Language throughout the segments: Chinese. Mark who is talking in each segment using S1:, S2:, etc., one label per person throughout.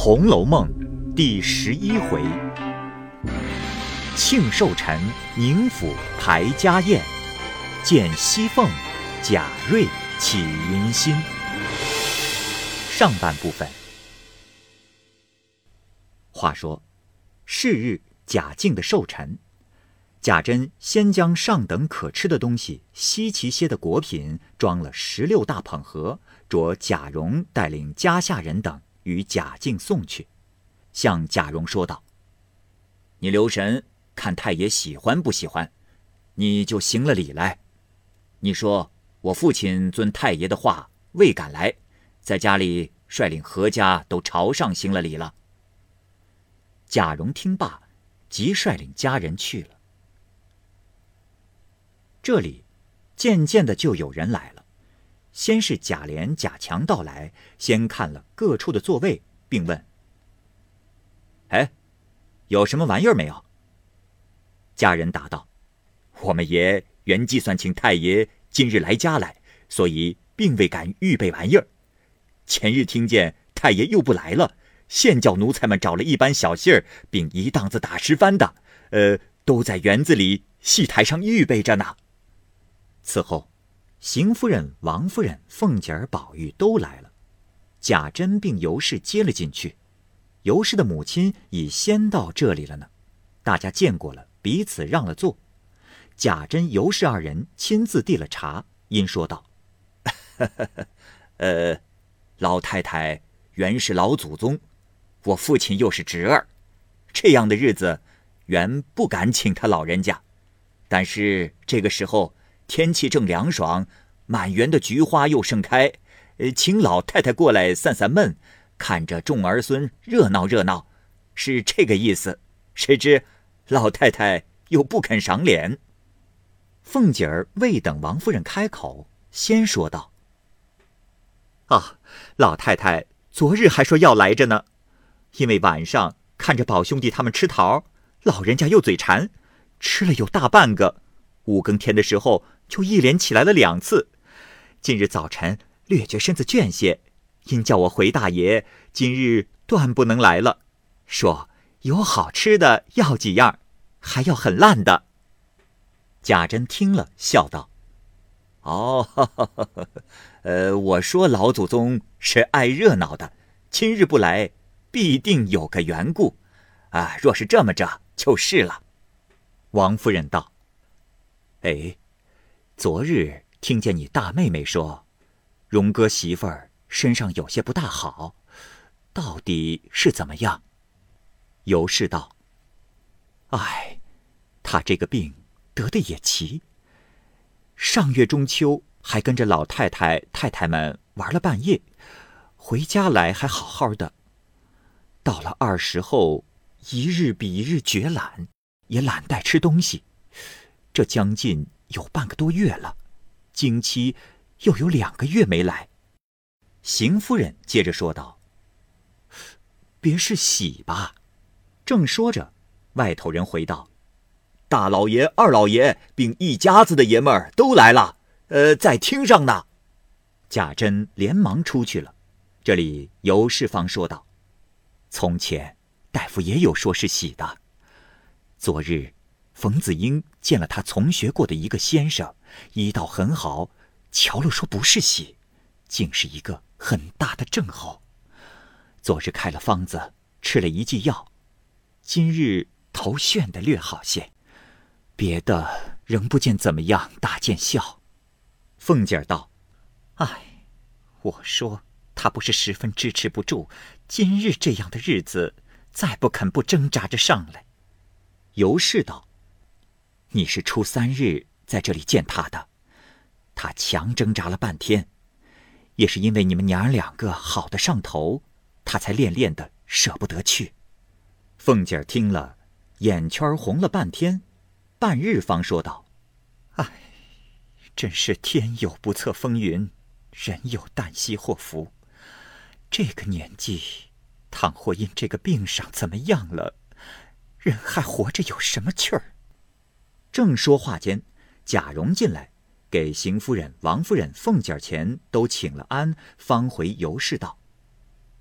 S1: 红楼梦》第11回：庆寿辰，宁府排家宴，见熙凤，贾瑞起淫心。上半部分。话说，是日贾敬的寿辰，贾珍先将上等可吃的东西、稀奇些的果品装了16大捧盒，着贾蓉带领家下人等与贾敬送去，向贾蓉说道：“你留神看太爷喜欢不喜欢，你就行了礼来。你说我父亲遵太爷的话未赶来，在家里率领何家都朝上行了礼了。”贾蓉听罢，即率领家人去了。这里渐渐的就有人来了，先是贾琏、贾强到来，先看了各处的座位，并问：“哎，有什么玩意儿没有？”家人答道：“我们爷原计算请太爷今日来家来，所以并未敢预备玩意儿。前日听见太爷又不来了，现叫奴才们找了一班小戏儿，并一档子打石番的，都在园子里戏台上预备着呢。”此后，邢夫人、王夫人、凤姐儿、宝玉都来了，贾珍并尤氏接了进去。尤氏的母亲已先到这里了呢，大家见过了，彼此让了座。贾珍、尤氏二人亲自递了茶，因说道：“老太太原是老祖宗，我父亲又是侄儿，这样的日子原不敢请他老人家，但是这个时候天气正凉爽，满园的菊花又盛开，请老太太过来散散闷，看着众儿孙热闹热闹，是这个意思。谁知老太太又不肯赏脸。”凤姐儿未等王夫人开口，先说道：“啊，老太太昨日还说要来着呢，因为晚上看着宝兄弟他们吃桃，老人家又嘴馋，吃了有大半个，5更天的时候就一连起来了2次。今日早晨略觉身子倦些，因叫我回大爷今日断不能来了，说有好吃的要几样，还要很烂的。”贾珍听了笑道：“哦，我说老祖宗是爱热闹的，今日不来必定有个缘故啊，若是这么着就是了。”王夫人道：“哎，昨日听见你大妹妹说荣哥媳妇儿身上有些不大好，到底是怎么样？”尤氏道：“哎，她这个病得的也奇，上月中秋还跟着老太太太太们玩了半夜，回家来还好好的，到了20后，一日比一日觉懒，也懒带吃东西，这将近有半个多月了，经期又有2个月没来。”邢夫人接着说道：“别是喜吧？”正说着，外头人回道：“大老爷、二老爷并一家子的爷们儿都来了，在厅上呢。”贾珍连忙出去了。这里尤氏方说道：“从前大夫也有说是喜的，昨日冯子英见了他从学过的一个先生，医道很好，瞧了说不是喜，竟是一个很大的症候。昨日开了方子，吃了一剂药，今日头眩得略好些，别的仍不见怎么样大见效。”凤姐儿道：“哎，我说他不是十分支持不住，今日这样的日子再不肯不挣扎着上来。”尤氏道：“你是初3日在这里见他的，他强挣扎了半天，也是因为你们娘儿2个好的上头，他才恋恋的舍不得去。”凤姐儿听了，眼圈红了半天，半日方说道：“哎，真是天有不测风云，人有旦夕祸福。这个年纪，倘或因这个病上怎么样了，人还活着有什么趣儿？”正说话间，贾蓉进来，给邢夫人、王夫人、凤姐儿前都请了安，方回尤氏道：“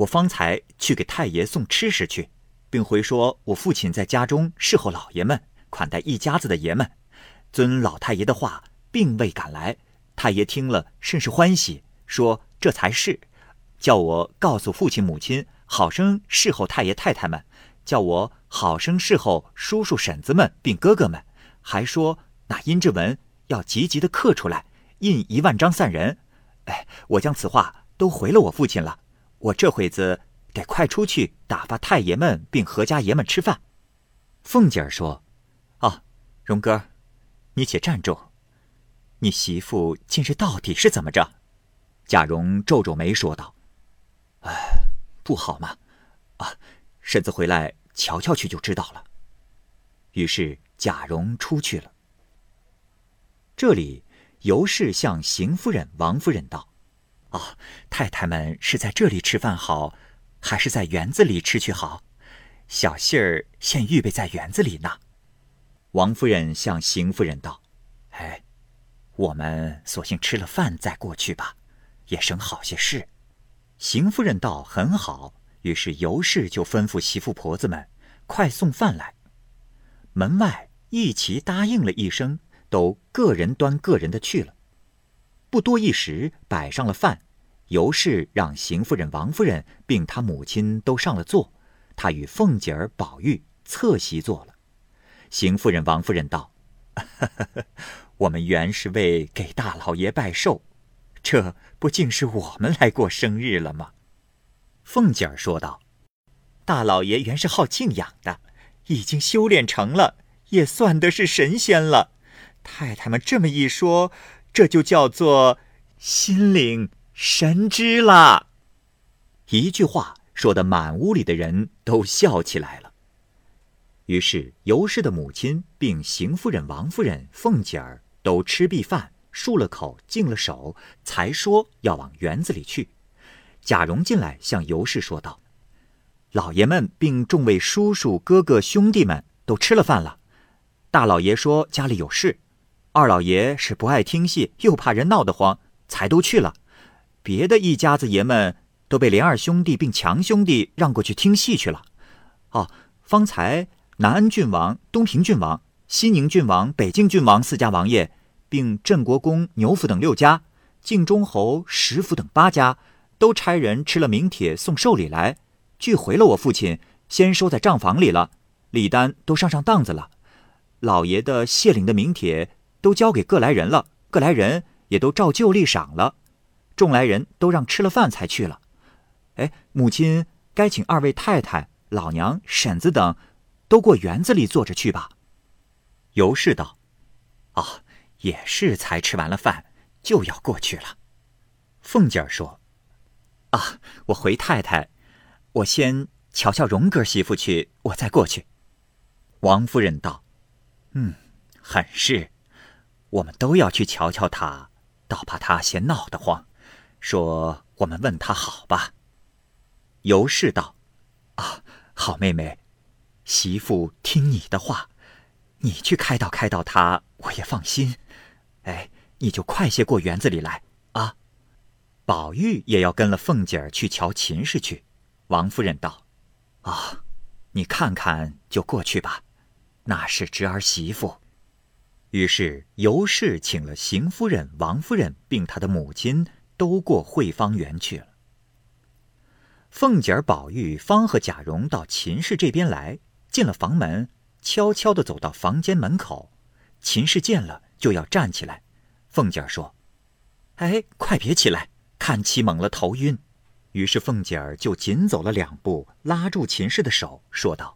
S1: 我方才去给太爷送吃食去，并回说我父亲在家中侍候老爷们，款待一家子的爷们，遵老太爷的话，并未赶来。太爷听了甚是欢喜，说这才是，叫我告诉父亲母亲，好生侍候太爷太太们，叫我好生侍候叔叔婶子们并哥哥们，还说那阴质文要急急地刻出来，印10000张散人。我将此话都回了我父亲了，我这会子得快出去打发太爷们并何家爷们吃饭。凤姐儿说：荣哥，你且站住，你媳妇今日到底是怎么着？贾蓉皱皱眉说道：不好嘛，婶子回来瞧瞧去就知道了。于是贾蓉出去了。这里尤氏向邢夫人、王夫人道：太太们是在这里吃饭好，还是在园子里吃去好？小信儿现预备在园子里呢。王夫人向邢夫人道：我们索性吃了饭再过去吧，也省好些事。邢夫人道：很好。于是尤氏就吩咐媳妇婆子们快送饭来。门外一齐答应了一声，都个人端个人的去了。不多一时，摆上了饭，尤氏让邢夫人、王夫人并她母亲都上了座，她与凤姐儿、宝玉侧席坐了。邢夫人、王夫人道：我们原是为给大老爷拜寿，这不竟是我们来过生日了吗？凤姐儿说道：大老爷原是好敬仰的，已经修炼成了，也算得是神仙了。太太们这么一说，这就叫做心领神知了。一句话说得满屋里的人都笑起来了。于是尤氏的母亲并邢夫人、王夫人、凤姐儿都吃毕饭，漱了口，净了手，才说要往园子里去。贾蓉进来向尤氏说道：老爷们并众位叔叔、哥哥、兄弟们都吃了饭了。大老爷说家里有事，二老爷是不爱听戏，又怕人闹得慌，才都去了。别的一家子爷们都被连二兄弟并强兄弟让过去听戏去了。方才南安郡王、东平郡王、西宁郡王、北境郡王4家王爷，并镇国公、牛府等6家，晋中侯、石府等8家，都差人吃了名帖送寿礼来，俱回了我父亲，先收在账房里了，礼单都上当子了。老爷的谢领的名帖都交给各来人了，各来人也都照旧例赏了，众来人都让吃了饭才去了。母亲该请2位太太、老娘、婶子等都过园子里坐着去吧。尤氏道：也是才吃完了饭，就要过去了。凤姐儿说：我回太太，我先瞧瞧荣哥媳妇去，我再过去。王夫人道：很是，我们都要去瞧瞧他，倒怕他嫌闹得慌，说我们问他好吧。尤氏道：好妹妹，媳妇听你的话，你去开导开导他，我也放心。你就快些过园子里来啊。宝玉也要跟了凤姐儿去瞧秦氏去。王夫人道：你看看就过去吧，那是侄儿媳妇。于是尤氏请了邢夫人、王夫人并她的母亲都过惠芳园去了。凤姐儿、宝玉方和贾蓉到秦氏这边来，进了房门，悄悄地走到房间门口。秦氏见了就要站起来，凤姐儿说：快别起来，看起猛了头晕。于是凤姐儿就紧走了2步，拉住秦氏的手，说道：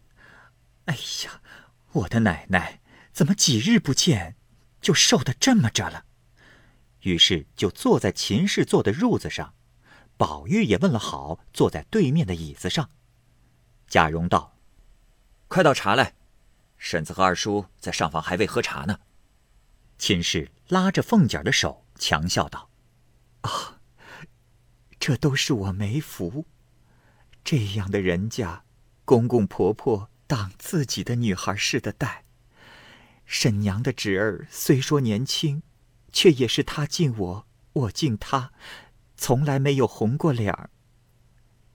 S1: 我的奶奶怎么几日不见就瘦得这么着了？于是就坐在秦氏坐的褥子上，宝玉也问了好，坐在对面的椅子上。贾蓉道：快倒茶来，婶子和二叔在上房还未喝茶呢。秦氏拉着凤姐儿的手，强笑道：这都是我没福，这样的人家，公公婆婆当自己的女孩似的待。婶娘的侄儿虽说年轻，却也是他敬我，我敬他，从来没有红过脸儿。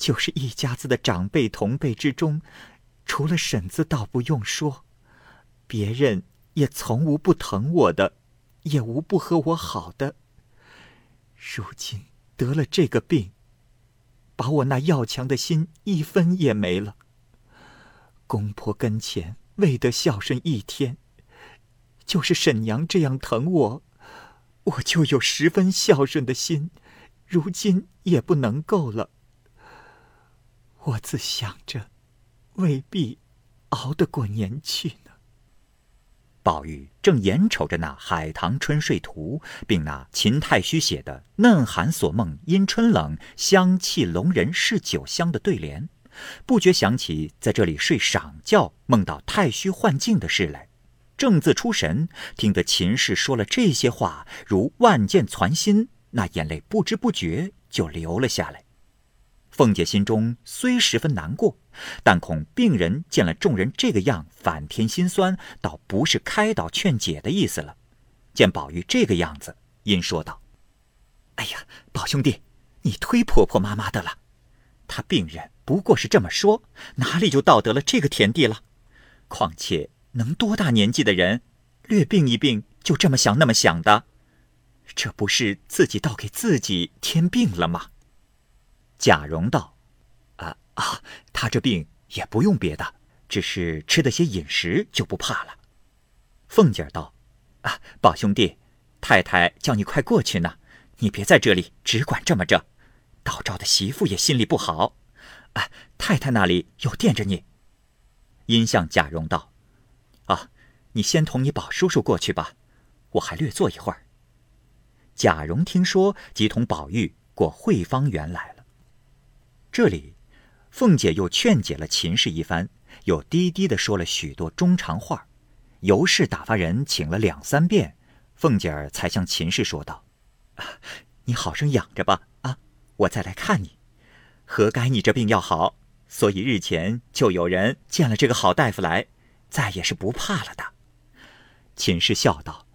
S2: 就是一家子的长辈同辈之中，除了婶子倒不用说，别人也从无不疼我的，也无不和我好的。如今得了这个病，把我那要强的心一分也没了。公婆跟前未得孝顺一天，就是婶娘这样疼我，我就有10分孝顺的心，如今也不能够了。我自想着，未必熬得过年去呢。
S1: 宝玉正眼瞅着那《海棠春睡图》，并那秦太虚写的“嫩寒所梦因春冷，香气笼人是酒香”的对联，不觉想起在这里睡晌觉梦到太虚幻境的事来，正自出神，听得秦氏说了这些话，如万箭攒心，那眼泪不知不觉就流了下来。凤姐心中虽十分难过，但恐病人见了众人这个样，反添心酸，倒不是开导劝解的意思了。见宝玉这个样子，因说道：“
S2: 哎呀，宝兄弟，你忒婆婆妈妈的了。他病人不过是这么说，哪里就到得了这个田地了？况且能多大年纪的人，略病一病就这么想那么想的，这不是自己倒给自己添病了吗？”
S1: 贾蓉道：“他这病也不用别的，只是吃的些饮食就不怕了。”
S2: 凤姐道：“宝兄弟，太太叫你快过去呢，你别在这里只管这么着，倒招的媳妇也心里不好。太太那里有惦着你。”
S1: 因向贾蓉道：“
S2: 你先同你宝叔叔过去吧，我还略坐一会儿。”
S1: 贾蓉听说，即同宝玉过惠芳园来了。这里凤姐又劝解了秦氏一番，又低低地说了许多中长话，尤氏打发人请了2、3遍，凤姐儿才向秦氏说道：“
S2: 你好生养着吧，我再来看你。何该你这病要好，所以日前就有人见了这个好大夫来，再也是不怕了的。”
S1: 秦氏笑道：“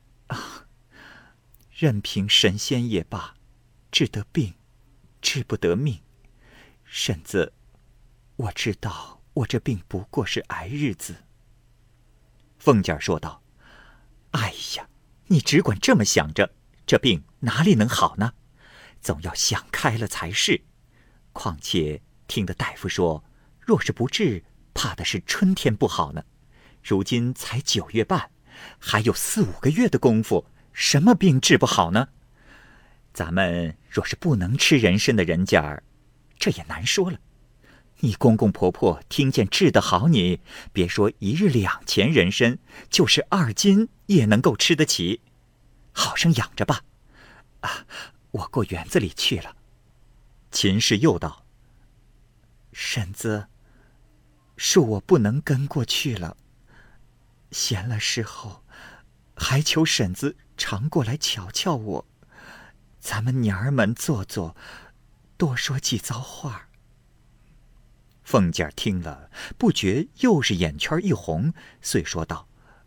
S2: 任凭神仙也罢，治得病，治不得命。婶子，我知道我这病不过是挨日子。”
S1: 凤姐说道：“
S2: 哎呀，你只管这么想着，这病哪里能好呢？总要想开了才是。况且听得大夫说，若是不治，怕的是春天不好呢。如今才9月半，还有4、5个月的功夫，什么病治不好呢？咱们若是不能吃人参的人家儿，这也难说了。你公公婆婆听见治得好你，别说1日2钱人参，就是2斤也能够吃得起。好生养着吧。我过园子里去了。”
S1: 秦氏又道：“
S2: 婶子，恕我不能跟过去了。闲了时候，还求婶子常过来瞧瞧我，咱们娘儿们坐坐，多说几遭话。”
S1: 凤姐听了，不觉又是眼圈一红，遂说道：“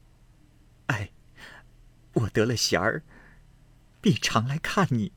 S2: 我得了闲儿，必常来看你。”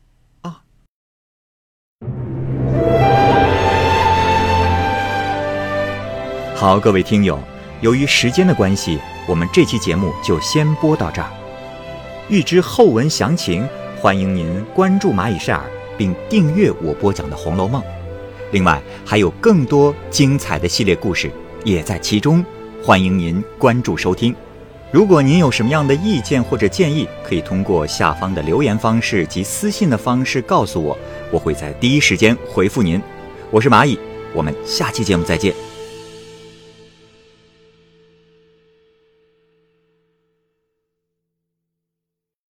S1: 好，各位听友，由于时间的关系，我们这期节目就先播到这儿。欲知后文详情，欢迎您关注蚂蚁晒尔，并订阅我播讲的《红楼梦》。另外，还有更多精彩的系列故事也在其中，欢迎您关注收听。如果您有什么样的意见或者建议，可以通过下方的留言方式及私信的方式告诉我，我会在第一时间回复您。我是蚂蚁，我们下期节目再见。